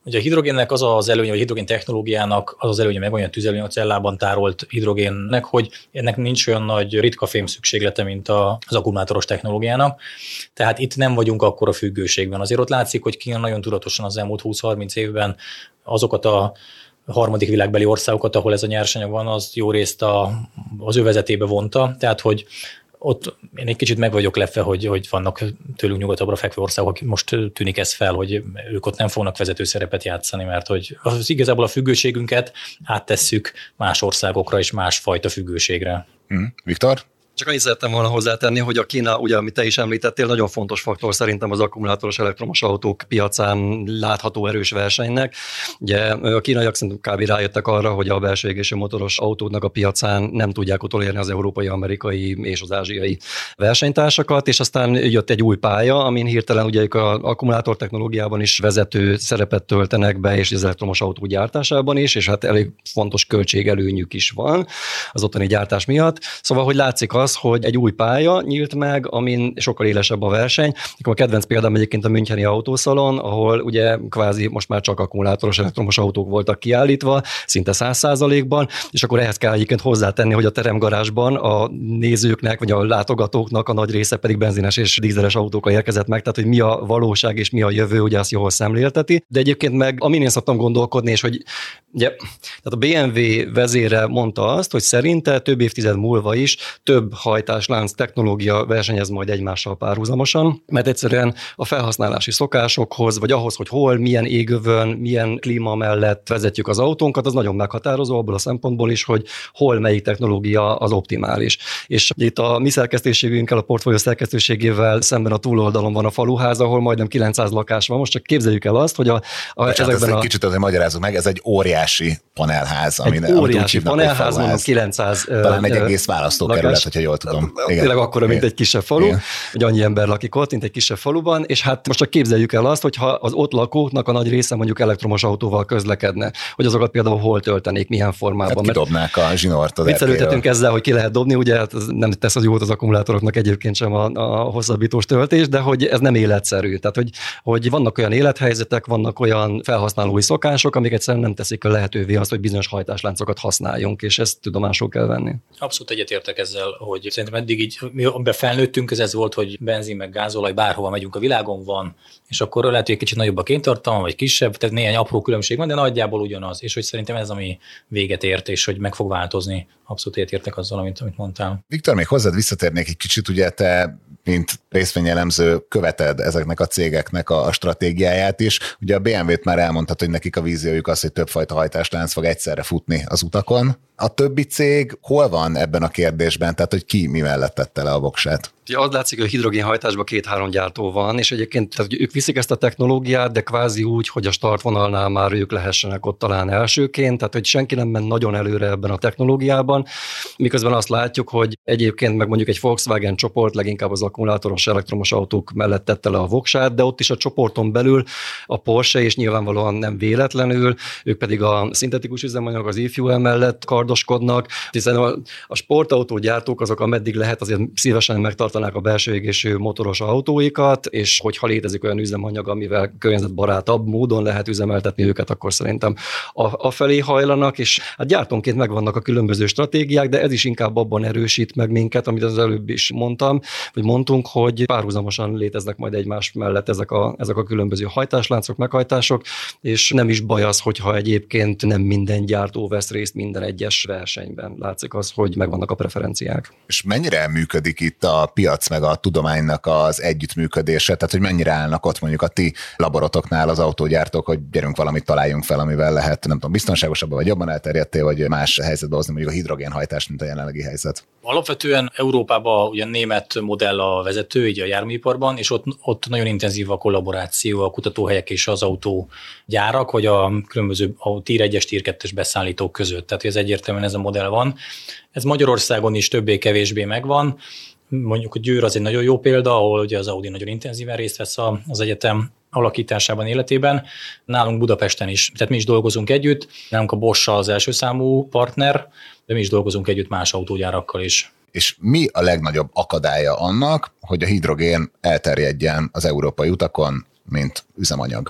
Ugye a hidrogénnek az az előnye, vagy a hidrogén technológiának az az előnye, meg olyan tüzelőanyag a cellában tárolt hidrogénnek, hogy ennek nincs olyan nagy ritka fém szükséglete, mint az akkumulátoros technológiának. Tehát itt nem vagyunk akkora függőségben. Azért ott látszik, hogy Kína nagyon tudatosan az elmúlt húsz-harminc évben azokat a harmadik világbeli országokat, ahol ez a nyersanyag van, az jó részt a, az ő vezetébe vonta. Tehát, hogy ott én egy kicsit meg vagyok lepve, hogy, hogy vannak tőlünk nyugatabbra fekvő országok, most tűnik ez fel, hogy ők ott nem fognak vezető szerepet játszani, mert hogy az igazából a függőségünket áttesszük más országokra és más fajta függőségre. Mm. Viktor? Csak annyit szerettem volna hozzátenni, hogy a Kína, ugye, amit te is említettél, nagyon fontos faktor szerintem az akkumulátoros elektromos autók piacán látható erős versenynek. Ugye a kínaiak szerintem kb. Rájöttek arra, hogy a belső égésű motoros autóknak a piacán nem tudják utolérni az európai, amerikai és az ázsiai versenytársakat, és aztán jött egy új pálya, amin hirtelen ugye az akkumulátor technológiában is vezető szerepet töltenek be, és az elektromos autó gyártásában is, és hát elég fontos költségelőnyük is van az ottani gyártás miatt. Szóval, hogy látszik az, hogy egy új pálya nyílt meg, amin sokkal élesebb a verseny. A kedvenc példám egyébként a Müncheni autószalon, ahol ugye kvázi most már csak akkumulátoros elektromos autók voltak kiállítva, szinte száz százalékban, és akkor ehhez kell egyébként hozzátenni, hogy a teremgarázsban a nézőknek, vagy a látogatóknak a nagy része pedig benzines és dízeles autókkal érkezett meg, tehát hogy mi a valóság és mi a jövő, ugye azt jól szemlélteti. De egyébként meg, amin én szoktam gondolkodni, és hogy ugye, tehát a bé em vé vezére mondta azt, hogy szerinte több évtized múlva is több hajtáslánc technológia versenyez majd egymással párhuzamosan, mert egyszerűen a felhasználási szokásokhoz, vagy ahhoz, hogy hol, milyen égövön, milyen klíma mellett vezetjük az autónkat, az nagyon meghatározó abból a szempontból is, hogy hol melyik technológia az optimális. És itt a mi szerkesztőségünkkel, a portfólió szerkesztőségével szemben a túloldalon van a faluház, ahol majdnem kilencszáz lakás van. Most csak képzeljük el azt, hogy a, a Bocsánat, ezekben egy a... kicsit azért magyarázunk meg, ez egy óriási panelház, egy amin óriási panelház, mondom, kilencszáz talán egy egész választókerület, hogyha jól tudom. Igen. Tényleg akkora, mint egy kisebb falu, igen. Hogy annyi ember lakik ott, mint egy kisebb faluban, és hát most csak képzeljük el azt, hogyha az ott lakóknak a nagy része mondjuk elektromos autóval közlekedne, hogy azokat például hol töltenék, milyen formában. Hát kidobnák a zsinort az viccelődhetünk ezzel, hogy ki lehet dobni, ugye hát nem tesz az jót az akkumulátoroknak egyébként sem a, a hosszabbítós töltés, de hogy ez nem életszerű. Tehát, hogy, hogy vannak olyan élethelyzetek, vannak olyan felhasználói szokások, amik egyszerűen nem teszik lehetővé azt, hogy bizonyos hajtásláncokat használjunk, és ezt tudomásul kell venni. Abszolút egyetértek ezzel, hogy szerintem eddig így, mi amiben felnőttünk, ez, ez volt, hogy benzin meg gázolaj, bárhova megyünk a világon van, és akkor lehet, hogy egy kicsit nagyobb a kénytartalma, vagy kisebb, tehát néhány apró különbség van, de nagyjából ugyanaz, és hogy szerintem ez, ami véget ért, és hogy meg fog változni. Abszolút egyetértek azzal, amit, amit mondtál. Viktor, még hozzád visszatérnék egy kicsit, ugye te, mint részvényelemző, követed ezeknek a cégeknek a stratégiáját is. Ugye a bé em vét már elmondhat, hogy nekik a víziójuk az, hogy többfajta hajtáslánc fog egyszerre futni az utakon. A többi cég hol van ebben a kérdésben? Tehát, hogy ki mi mellett tette le a voksát? Ugye az látszik, hogy a hidrogénhajtásban két-három gyártó van, és egyébként tehát, ők viszik ezt a technológiát, de kvázi úgy, hogy a startvonalnál már ők lehessenek ott talán elsőként, tehát hogy senki nem ment nagyon előre ebben a technológiában, miközben azt látjuk, hogy egyébként meg mondjuk egy Volkswagen csoport leginkább az akkumulátoros elektromos autók mellett tette le a voksát, de ott is a csoporton belül a Porsche, és nyilvánvalóan nem véletlenül, ők pedig a szintetikus üzemanyag, az e-fuel mellett kardoskodnak, hiszen a, a sportautógyártók azok, ameddig lehet, azért szívesen megtartanák a belső égésű motoros autóikat, és hogyha létezik olyan üzemanyag, amivel környezetbarátabb módon lehet üzemeltetni őket, akkor szerintem a, a felé hajlanak, és hát gyártónként megvannak a különböző stratégiák, de ez is inkább abban erősít meg minket, amit az előbb is mondtam, vagy mondtunk, hogy párhuzamosan léteznek majd egymás mellett ezek a, ezek a különböző hajtásláncok, meghajtások, és nem is baj az, hogyha egyébként nem minden gyártó vesz részt minden egyes versenyben. Látszik az, hogy megvannak a preferenciák. És mennyire működik itt a piac meg a tudománynak az együttműködése, tehát hogy mennyire állnak ott mondjuk a ti laborotoknál az autógyártók, hogy gyerünk valamit találjunk fel, amivel lehet, nem tudom, biztonságosabban vagy jobban elterjedté, vagy más helyzetbe hozni mondjuk a hidrogénhajtást, mint a jelenlegi helyzet. Alapvetően Európában ugye német modell a vezető, így a járműiparban, és ott, ott nagyon intenzív a kollaboráció a kutatóhelyek és az autógyárak, vagy a különböző a tír egyes, tír kettes beszállítók között. Tehát ez egyértelműen ez a modell van. Ez Magyarországon is többé-kevésbé megvan. Mondjuk a Győr az egy nagyon jó példa, ahol ugye az Audi nagyon intenzíven részt vesz az egyetem alakításában, életében. Nálunk Budapesten is, tehát mi is dolgozunk együtt. Nálunk a Bosch az első számú partner, de mi is dolgozunk együtt más autógyárakkal is. És mi a legnagyobb akadálya annak, hogy a hidrogén elterjedjen az európai utakon, mint üzemanyag?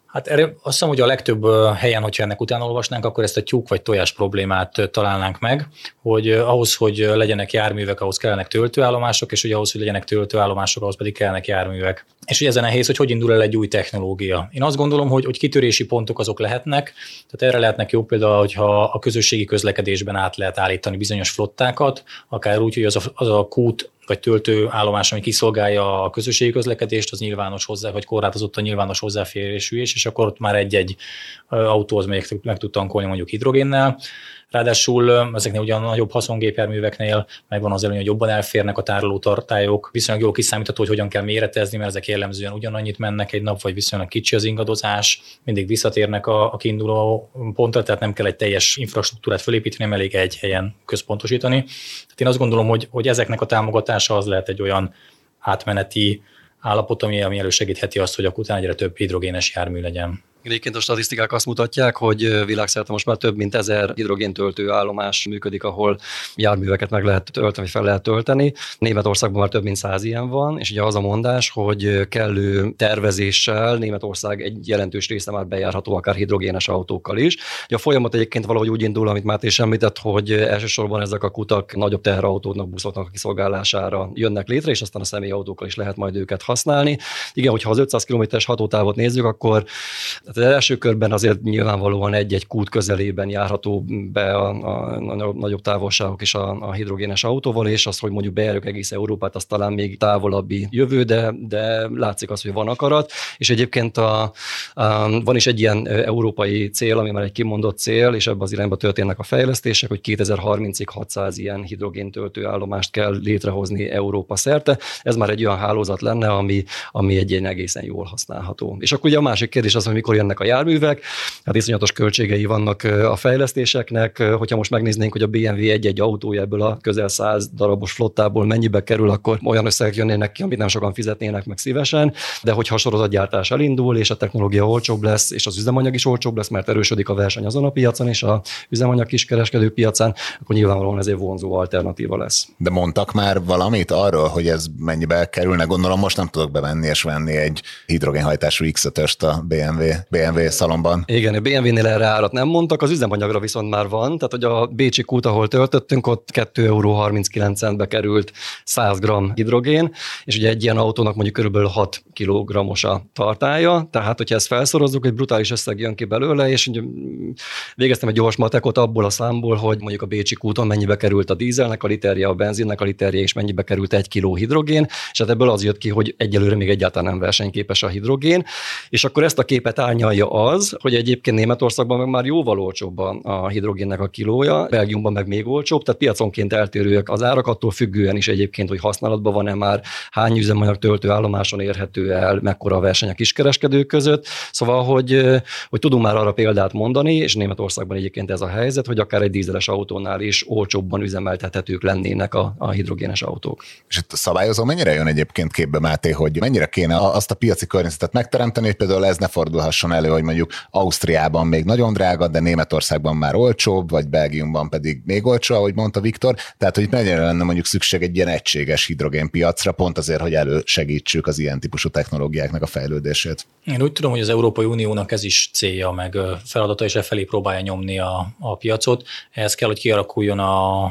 Hát erre azt hiszem, hogy a legtöbb helyen, hogyha ennek utána olvasnánk, akkor ezt a tyúk vagy tojás problémát találnánk meg, hogy ahhoz, hogy legyenek járművek, ahhoz kellenek töltőállomások, és hogy ahhoz, hogy legyenek töltőállomások, ahhoz pedig kellenek járművek. És hogy ezen nehéz, hogy hogy indul el egy új technológia. Én azt gondolom, hogy, hogy kitörési pontok azok lehetnek, tehát erre lehetnek jó például, hogyha a közösségi közlekedésben át lehet állítani bizonyos flottákat, akár úgy, hogy az a, az a kút vagy töltőállomás, ami kiszolgálja a közösségi közlekedést, az nyilvános hozzá, vagy korlátozott a nyilvános hozzáférésű is, és akkor ott már egy-egy autó az meg, meg tud tankolni mondjuk hidrogénnel. Ráadásul ezeknél ugyan nagyobb haszongépjárműveknél megvan az előny, hogy jobban elférnek a tárolótartályok, viszonylag jól kiszámítható, hogy hogyan kell méretezni, mert ezek jellemzően ugyanannyit mennek egy nap, vagy viszonylag kicsi az ingadozás, mindig visszatérnek a, a kiinduló pontra, tehát nem kell egy teljes infrastruktúrát felépíteni, nem elég egy helyen központosítani. Tehát én azt gondolom, hogy, hogy ezeknek a támogatása az lehet egy olyan átmeneti állapot, ami, ami elősegítheti azt, hogy akkor utána egyre több hidrogénes jármű legyen. Egyébként a statisztikák azt mutatják, hogy világszerte most már több mint ezer hidrogéntöltő állomás működik, ahol járműveket meg lehet tölteni, vagy fel lehet tölteni. Németországban már több mint száz ilyen van, és ugye az a mondás, hogy kellő tervezéssel Németország egy jelentős része már bejárható akár hidrogénes autókkal is. Ugye a folyamat egyébként valahogy úgy indul, amit Máté is említett, hogy elsősorban ezek a kutak nagyobb teherautóknak, buszoknak a kiszolgálására jönnek létre, és aztán a személyautókkal is lehet majd őket használni. Igen, hogyha az ötszáz kilométeres hatótávot nézzük, akkor az első körben azért nyilvánvalóan egy-egy kút közelében járható be a, a, a nagyobb távolságok is a, a hidrogénes autóval, és az, hogy mondjuk bejárjuk egész Európát, az talán még távolabbi jövő, de, de látszik az, hogy van akarat. És egyébként a, a, van is egy ilyen európai cél, ami már egy kimondott cél, és ebben az irányba történnek a fejlesztések, hogy kétezer-harmincig hatszáz ilyen hidrogéntöltő állomást kell létrehozni Európa szerte. Ez már egy olyan hálózat lenne, ami, ami egy ilyen egészen jól használható. És akkor ugye a másik kérdés az, hogy mikor jönnek a járművek, hát iszonyatos költségei vannak a fejlesztéseknek. Hogyha most megnéznénk, hogy a bé em vé egy-egy autója ebből a közel száz darabos flottából mennyibe kerül, akkor olyan összegek jönnének ki, amit nem sokan fizetnének meg szívesen, de hogyha a sorozatgyártás elindul, és a technológia olcsóbb lesz, és az üzemanyag is olcsóbb lesz, mert erősödik a verseny azon a piacon, és a üzemanyag kiskereskedő piacán, akkor nyilvánvalóan ez egy vonzó alternatíva lesz. De mondtak már valamit arról, hogy ez mennyibe kerülne? Gondolom most nem tudok bevenni és venni egy hidrogénhajtású iksz ötöst a bé em vé, bé em vé szalomban. Igen, a bé em vé-nél erre árat nem mondtak, az üzemanyagra viszont már van, tehát hogy a bécsi kút, ahol töltöttünk, ott két euró harminckilenc centbe került száz gramm hidrogén, és ugye egy ilyen autónak mondjuk körülbelül hat kilogrammos a tartálya, tehát hogyha ezt felszorozzuk, egy brutális összeg jön ki belőle, és ugye végeztem egy gyors matekot abból a számból, hogy mondjuk a bécsi kúton mennyibe került a dízelnek a literje, a benzinnek a literje, és mennyibe került egy kiló hidrogén, és hát ebből az jött ki, hogy egyelőre még egyáltalán nem versenyképes a hidrogén, és akkor ezt a képet árnyalja az, hogy egyébként Németországban meg már jóval olcsóbb a hidrogénnek a kilója, Belgiumban meg még olcsóbb, tehát piaconként eltérőek az árak, attól függően is egyébként, hogy használatban van-e már, hány üzemanyag töltőállomáson érhető el, mekkora a verseny a kiskereskedők között. Szóval, hogy, hogy tudunk már arra példát mondani, és Németországban egyébként ez a helyzet, hogy akár egy dízeles autónál is olcsóbban üzemeltethetők lennének a, a hidrogénes autók. És itt a szabályozó mennyire jön egyébként képbe, Máté, hogy mennyire kéne azt a piaci környezetet megteremteni, hogy például ez ne fordulhasson elő, hogy mondjuk Ausztriában még nagyon drága, de Németországban már olcsóbb, vagy Belgiumban pedig még olcsó, ahogy mondta Viktor. Tehát, hogy mennyire lenne mondjuk szükség egy ilyen egységes hidrogénpiacra, pont azért, hogy elősegítsük az ilyen típusú technológiáknak a fejlődését. Én úgy tudom, hogy az Európai Uniónak ez is célja, meg feladata, és e felé próbálja nyomni a, a piacot. Ehhez kell, hogy kialakuljon a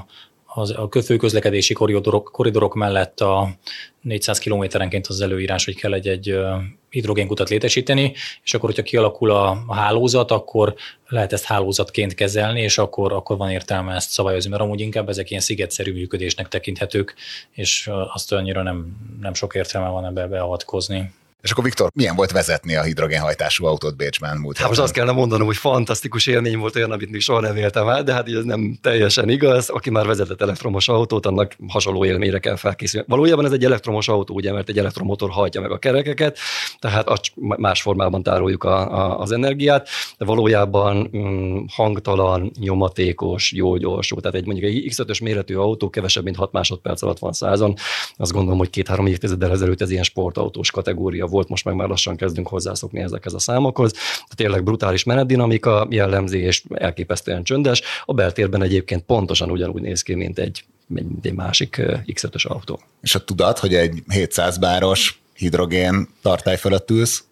a főközlekedési koridorok, koridorok mellett a négyszáz kilométerenként az előírás, hogy kell egy-egy hidrogénkutat létesíteni, és akkor, hogyha kialakul a hálózat, akkor lehet ezt hálózatként kezelni, és akkor, akkor van értelme ezt szabályozni, mert amúgy inkább ezek ilyen szigetszerű működésnek tekinthetők, és azt annyira nem, nem sok értelme van ebbe beavatkozni. És akkor Viktor, milyen volt vezetni a hidrogénhajtású autót Bécsben múlt Hát most azt kellene mondanom, hogy fantasztikus élmény volt, olyan, amit még soha nem éltem át, de hát így ez nem teljesen igaz. Aki már vezetett elektromos autót, annak hasonló élményre kell felkészülni. Valójában ez egy elektromos autó, ugye, mert egy elektromotor hajtja meg a kerekeket, tehát más formában tároljuk a, a, az energiát, de valójában mm, hangtalan, nyomatékos, jó gyorsú. Tehát egy mondjuk egy iksz ötös méretű autó kevesebb, mint hat másodperc alatt van százon. Azt gondolom, hogy két-három évtizeddel ezelőtt ez ilyen sportautós kategória volt, most meg már lassan kezdünk hozzászokni ezekhez a számokhoz. Tehát tényleg brutális menetdinamika jellemzi, és elképesztően csöndes. A beltérben egyébként pontosan ugyanúgy néz ki, mint egy, mint egy másik iksz ötös autó. És a tudat, hogy egy hétszáz báros hidrogén tartály fölött ülsz,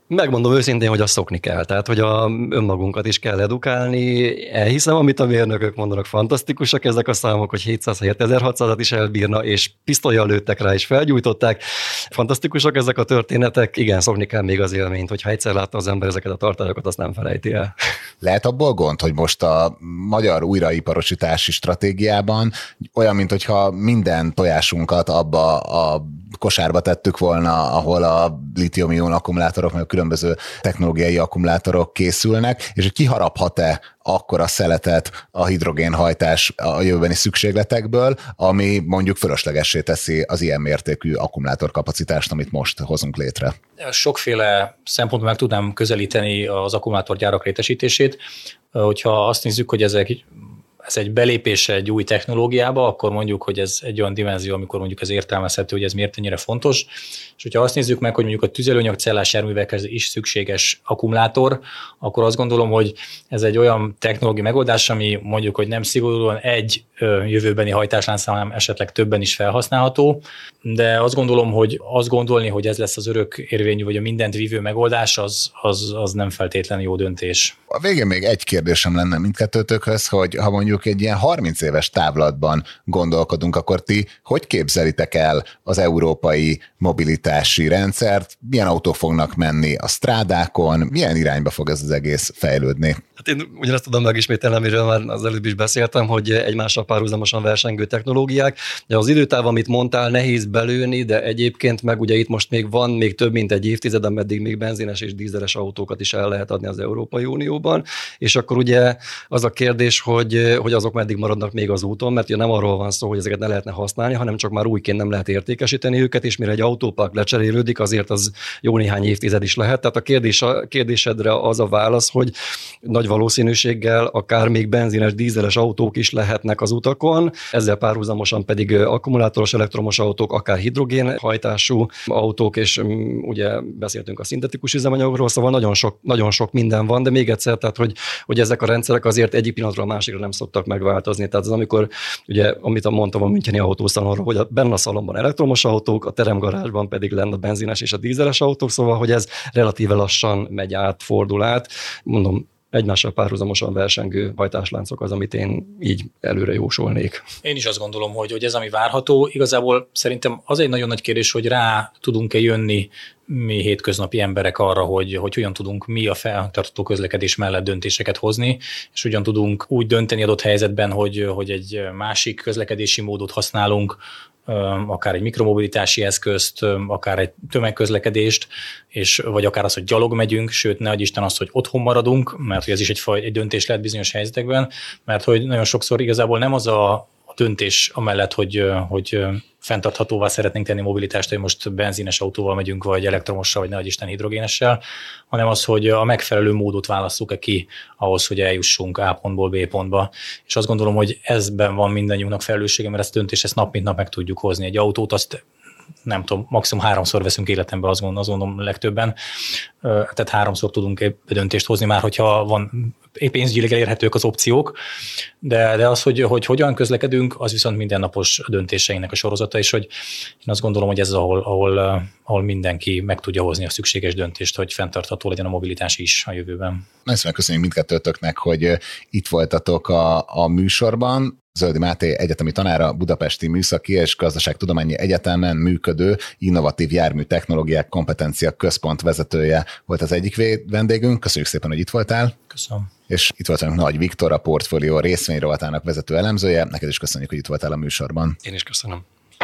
Megmondom őszintén, hogy azt szokni kell, tehát hogy a önmagunkat is kell edukálni. Elhiszem, amit a mérnökök mondanak, fantasztikusak ezek a számok, hogy hétszáz helyett ezerhatszázat is elbírna, és pisztollyal lőttek rá, és felgyújtották. Fantasztikusak ezek a történetek. Igen, szokni kell még az élményt, hogyha egyszer látta az ember ezeket a tartályokat, azt nem felejti el. Lehet abból gond, hogy most a magyar újraiparosítási stratégiában olyan, mintha minden tojásunkat abba a kosárba tettük volna, ahol a lítium-ion akkumulátorok, meg a különböző technológiai akkumulátorok készülnek, és hogy kiharaphat-e akkor a szeletet a hidrogénhajtás a jövőbeni szükségletekből, ami mondjuk fölöslegessé teszi az ilyen mértékű akkumulátorkapacitást, amit most hozunk létre. Sokféle szempontból meg tudnám közelíteni az akkumulátorgyárak létesítését. Hogyha azt nézzük, hogy ezek ez egy belépése egy új technológiába, akkor mondjuk, hogy ez egy olyan dimenzió, amikor mondjuk ez értelmezhető, hogy ez miért ennyire fontos. És hogyha azt nézzük meg, hogy mondjuk a tüzelőanyagcellás járművekhez is szükséges akkumulátor, akkor azt gondolom, hogy ez egy olyan technológiai megoldás, ami mondjuk, hogy nem szigorúan egy jövőbeni hajtásláncnál, hanem esetleg többen is felhasználható, de azt gondolom, hogy azt gondolni, hogy ez lesz az örök érvényű, vagy a mindent vívő megoldás, az, az, az nem feltétlenül jó döntés. A végén még egy kérdésem lenne mindkettőtökhöz, hogy ha mondjuk egy ilyen harminc éves távlatban gondolkodunk, akkor ti hogy képzelitek el az európai mobilitási rendszert? Milyen autók fognak menni a strádákon? Milyen irányba fog ez az egész fejlődni? Hát én ugyanezt tudom megismételni, amiről már az előbb is beszéltem, hogy egymással párhuzamosan versengő technológiák. De az időtáv, amit mondtál, nehéz belőni, de egyébként meg ugye itt most még van még több mint egy évtized, ameddig még benzines és dízeles autókat is el lehet adni az Európai Unióban. És akkor ugye az a kérdés, hogy, hogy azok meddig maradnak még az úton, mert ugye nem arról van szó, hogy ezeket ne lehetne használni, hanem csak már újként nem lehet értékesíteni őket, és mire egy autópark lecserélődik, azért az jó néhány évtized is lehet. Tehát a kérdés, a kérdésedre az a válasz, hogy nagy valószínűséggel akár még benzines, dízeles autók is lehetnek az utakon, ezzel párhuzamosan pedig akkumulátoros elektromos autók, akár hidrogénhajtású autók, és um, ugye beszéltünk a szintetikus üzemanyagokról, szóval nagyon sok, nagyon sok minden van, de még egyszer, tehát hogy, hogy ezek a rendszerek azért egyik pillanatra a másikra nem szoktak megváltozni. Tehát az, amikor ugye, amit mondtam a müncheni autószalonról, hogy a, benne a szalonban elektromos autók, a teremgarázsban pedig lenne a benzines és a dízeles autók, szóval hogy ez relatíve lassan megy át, fordul át. Mondom, egymással párhuzamosan versengő hajtásláncok az, amit én így előre jósolnék. Én is azt gondolom, hogy, hogy ez, ami várható, igazából szerintem az egy nagyon nagy kérdés, hogy rá tudunk-e jönni mi hétköznapi emberek arra, hogy, hogy hogyan tudunk mi a fenntartható közlekedés mellett döntéseket hozni, és hogyan tudunk úgy dönteni adott helyzetben, hogy, hogy egy másik közlekedési módot használunk, akár egy mikromobilitási eszközt, akár egy tömegközlekedést, és, vagy akár az, hogy gyalog megyünk, sőt, ne adj Isten azt, hogy otthon maradunk, mert hogy ez is egy, egy döntés lehet bizonyos helyzetekben, mert hogy nagyon sokszor igazából nem az a döntés amellett, hogy, hogy fenntarthatóvá szeretnénk tenni mobilitást, hogy most benzines autóval megyünk, vagy elektromossal, vagy ne adj Isten hidrogénessel, hanem az, hogy a megfelelő módot válasszuk-e ki ahhoz, hogy eljussunk A pontból B pontba. És azt gondolom, hogy ezben van mindannyiunknak felelőssége, mert ezt a döntést ezt nap mint nap meg tudjuk hozni. Egy autót azt nem tudom, maximum háromszor veszünk életembe, azt gondolom, azt gondolom legtöbben. Tehát háromszor tudunk egy döntést hozni már, hogyha van pénzügyileg elérhetők az opciók, de, de az, hogy, hogy hogyan közlekedünk, az viszont mindennapos döntéseinknek a sorozata, és hogy én azt gondolom, hogy ez az, ahol, ahol, ahol mindenki meg tudja hozni a szükséges döntést, hogy fenntartható legyen a mobilitás is a jövőben. Nagyon szépen köszönjük mindkettőtöknek, hogy itt voltatok a, a műsorban. Zöldi Máté egyetemi tanára, Budapesti Műszaki és Gazdaságtudományi Egyetemen működő Innovatív Jármű Technológiák Kompetencia Központ vezetője volt az egyik vendégünk. Köszönjük szépen, hogy itt voltál. Köszönöm. És itt volt velünk Nagy Viktor, a Portfolio részvényrovatának vezető elemzője. Neked is köszönjük, hogy itt voltál a műsorban. Én is köszönöm.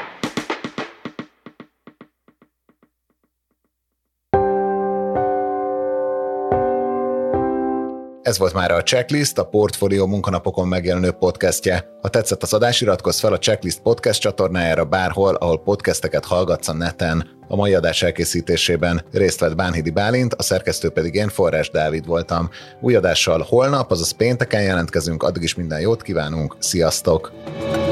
Ez volt már a Checklist, a Portfolio munkanapokon megjelenő podcastje. Ha tetszett az adás, iratkozz fel a Checklist podcast csatornájára bárhol, ahol podcasteket hallgatsz a neten. A mai adás elkészítésében részt vett Bánhidi Bálint, a szerkesztő pedig én, Forrás Dávid voltam. Új adással holnap, azaz pénteken jelentkezünk, addig is minden jót kívánunk, sziasztok!